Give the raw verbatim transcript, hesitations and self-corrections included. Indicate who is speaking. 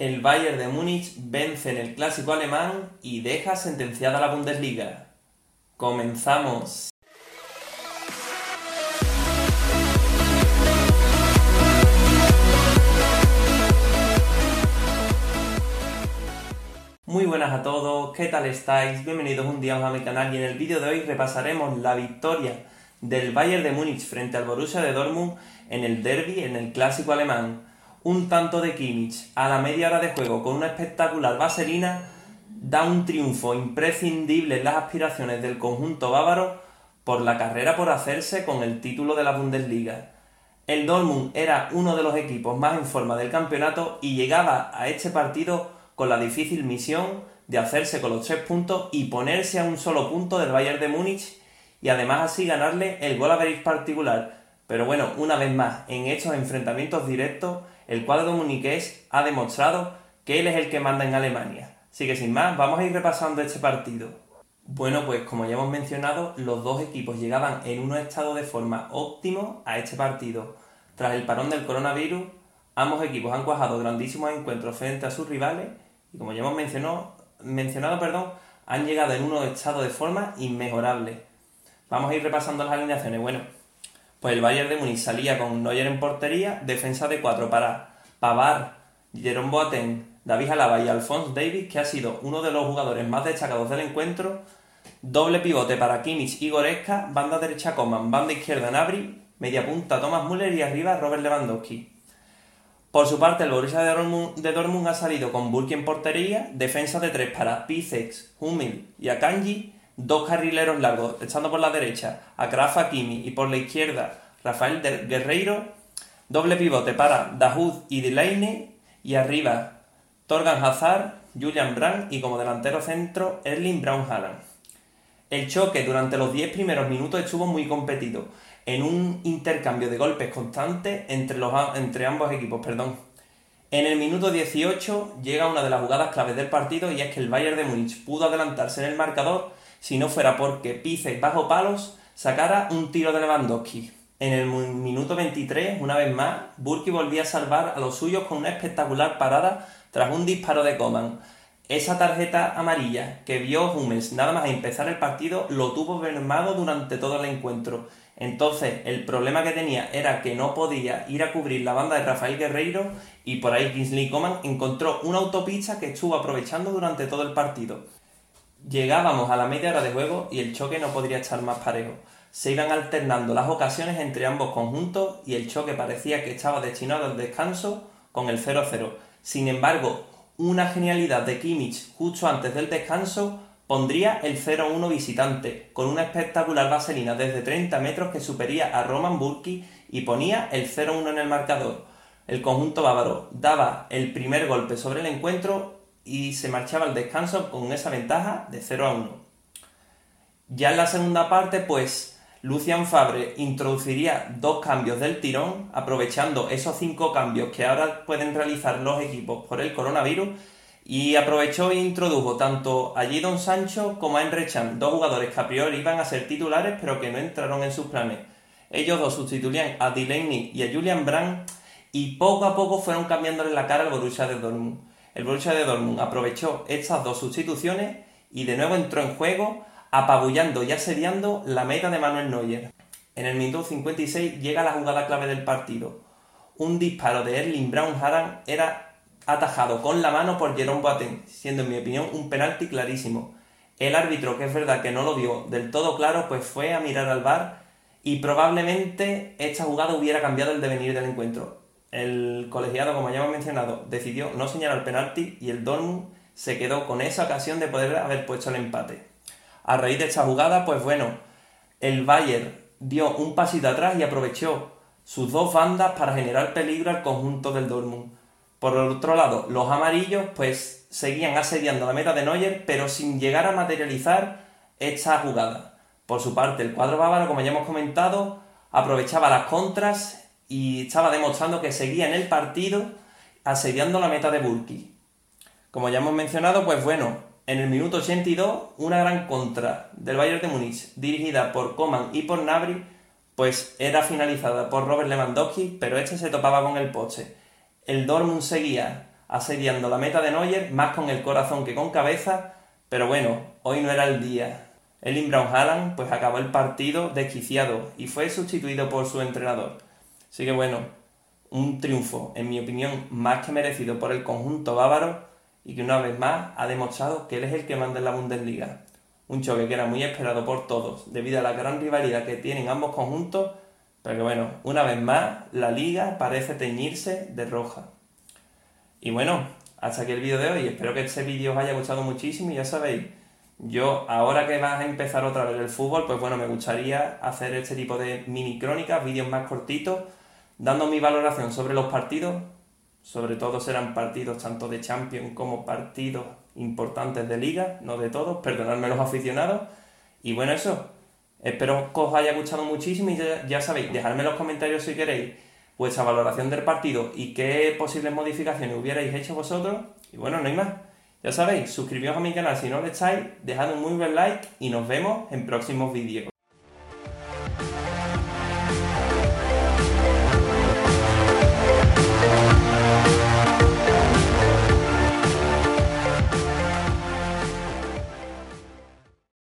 Speaker 1: El Bayern de Múnich vence en el clásico alemán y deja sentenciada la Bundesliga. ¡Comenzamos! Muy buenas a todos, ¿qué tal estáis? Bienvenidos un día más a mi canal y en el vídeo de hoy repasaremos la victoria del Bayern de Múnich frente al Borussia de Dortmund en el derbi, en el clásico alemán. Un tanto de Kimmich a la media hora de juego con una espectacular vaselina da un triunfo imprescindible en las aspiraciones del conjunto bávaro por la carrera por hacerse con el título de la Bundesliga. El Dortmund era uno de los equipos más en forma del campeonato y llegaba a este partido con la difícil misión de hacerse con los tres puntos y ponerse a un solo punto del Bayern de Múnich y además así ganarle el gol average particular. Pero bueno, una vez más, en estos enfrentamientos directos, el cuadro muniqués ha demostrado que él es el que manda en Alemania. Así que sin más, vamos a ir repasando este partido. Bueno, pues como ya hemos mencionado, los dos equipos llegaban en un estado de forma óptimo a este partido. Tras el parón del coronavirus, ambos equipos han cuajado grandísimos encuentros frente a sus rivales y como ya hemos mencionado, mencionado, perdón, han llegado en un estado de forma inmejorable. Vamos a ir repasando las alineaciones. Bueno, pues el Bayern de Múnich salía con Neuer en portería, defensa de cuatro para Pavard, Jerome Boateng, David Alaba y Alphonse Davies, que ha sido uno de los jugadores más destacados del encuentro. Doble pivote para Kimmich y Goretzka, banda derecha Coman, banda izquierda Gnabry, media punta Thomas Müller y arriba Robert Lewandowski. Por su parte, el Borussia de Dortmund, de Dortmund ha salido con Burki en portería, defensa de tres para Piszczek, Hummel y Akanji, dos carrileros largos, echando por la derecha a Achraf Hakimi y por la izquierda Rafael Guerreiro, doble pivote para Dahoud y Delaney y arriba Thorgan Hazard, Julian Brandt y como delantero centro Erling Braut Haaland. El choque durante los diez primeros minutos estuvo muy competido, en un intercambio de golpes constantes entre, los, entre ambos equipos. Perdón. En el minuto dieciocho llega una de las jugadas claves del partido y es que el Bayern de Múnich pudo adelantarse en el marcador si no fuera porque Piszczek bajo palos sacara un tiro de Lewandowski. En el minuto veintitrés, una vez más, Burki volvía a salvar a los suyos con una espectacular parada tras un disparo de Coman. Esa tarjeta amarilla que vio Hummels nada más a empezar el partido lo tuvo mermado durante todo el encuentro. Entonces, el problema que tenía era que no podía ir a cubrir la banda de Rafael Guerreiro y por ahí Kingsley Coman encontró una autopista que estuvo aprovechando durante todo el partido. Llegábamos a la media hora de juego y el choque no podría estar más parejo. Se iban alternando las ocasiones entre ambos conjuntos y el choque parecía que estaba destinado al descanso con el cero cero. Sin embargo, una genialidad de Kimmich justo antes del descanso pondría el cero uno visitante, con una espectacular vaselina desde treinta metros que supería a Roman Burki y ponía el cero uno en el marcador. El conjunto bávaro daba el primer golpe sobre el encuentro y se marchaba al descanso con esa ventaja de cero a uno. Ya en la segunda parte, pues, Lucien Favre introduciría dos cambios del tirón, aprovechando esos cinco cambios que ahora pueden realizar los equipos por el coronavirus, y aprovechó e introdujo tanto a Jadon Sancho como a Emre Can, dos jugadores que a priori iban a ser titulares pero que no entraron en sus planes. Ellos dos sustituían a Delaney y a Julian Brandt y poco a poco fueron cambiándole la cara al Borussia de Dortmund. El Borussia de Dortmund aprovechó estas dos sustituciones y de nuevo entró en juego, apabullando y asediando la meta de Manuel Neuer. En el minuto cincuenta y seis llega la jugada clave del partido. Un disparo de Erling Braut Haaland era atajado con la mano por Jerome Boateng, siendo en mi opinión un penalti clarísimo. El árbitro, que es verdad que no lo vio del todo claro, pues fue a mirar al V A R y probablemente esta jugada hubiera cambiado el devenir del encuentro. El colegiado, como ya hemos mencionado, decidió no señalar penalti y el Dortmund se quedó con esa ocasión de poder haber puesto el empate. A raíz de esta jugada, pues bueno, el Bayern dio un pasito atrás y aprovechó sus dos bandas para generar peligro al conjunto del Dortmund. Por otro lado, los amarillos pues seguían asediando la meta de Neuer, pero sin llegar a materializar esta jugada. Por su parte, el cuadro bávaro, como ya hemos comentado, aprovechaba las contras y estaba demostrando que seguía en el partido asediando la meta de Burki. Como ya hemos mencionado, pues bueno, en el minuto ochenta y dos, una gran contra del Bayern de Múnich, dirigida por Coman y por Gnabry, pues era finalizada por Robert Lewandowski, pero este se topaba con el poste. El Dortmund seguía asediando la meta de Neuer, más con el corazón que con cabeza, pero bueno, hoy no era el día. Erling Braut Haaland pues acabó el partido desquiciado y fue sustituido por su entrenador. Así que bueno, un triunfo, en mi opinión, más que merecido por el conjunto bávaro y que una vez más ha demostrado que él es el que manda en la Bundesliga. Un choque que era muy esperado por todos debido a la gran rivalidad que tienen ambos conjuntos, pero que bueno, una vez más la liga parece teñirse de roja. Y bueno, hasta aquí el vídeo de hoy. Espero que este vídeo os haya gustado muchísimo y ya sabéis, yo ahora que vas a empezar otra vez el fútbol, pues bueno, me gustaría hacer este tipo de mini crónicas, vídeos más cortitos, dando mi valoración sobre los partidos. Sobre todo serán partidos tanto de Champions como partidos importantes de Liga, no de todos, perdonadme los aficionados. Y bueno, eso, espero que os haya gustado muchísimo y ya, ya sabéis, dejadme en los comentarios si queréis vuestra valoración del partido y qué posibles modificaciones hubierais hecho vosotros. Y bueno, no hay más. Ya sabéis, suscribíos a mi canal si no lo estáis, dejad un muy buen like y nos vemos en próximos vídeos.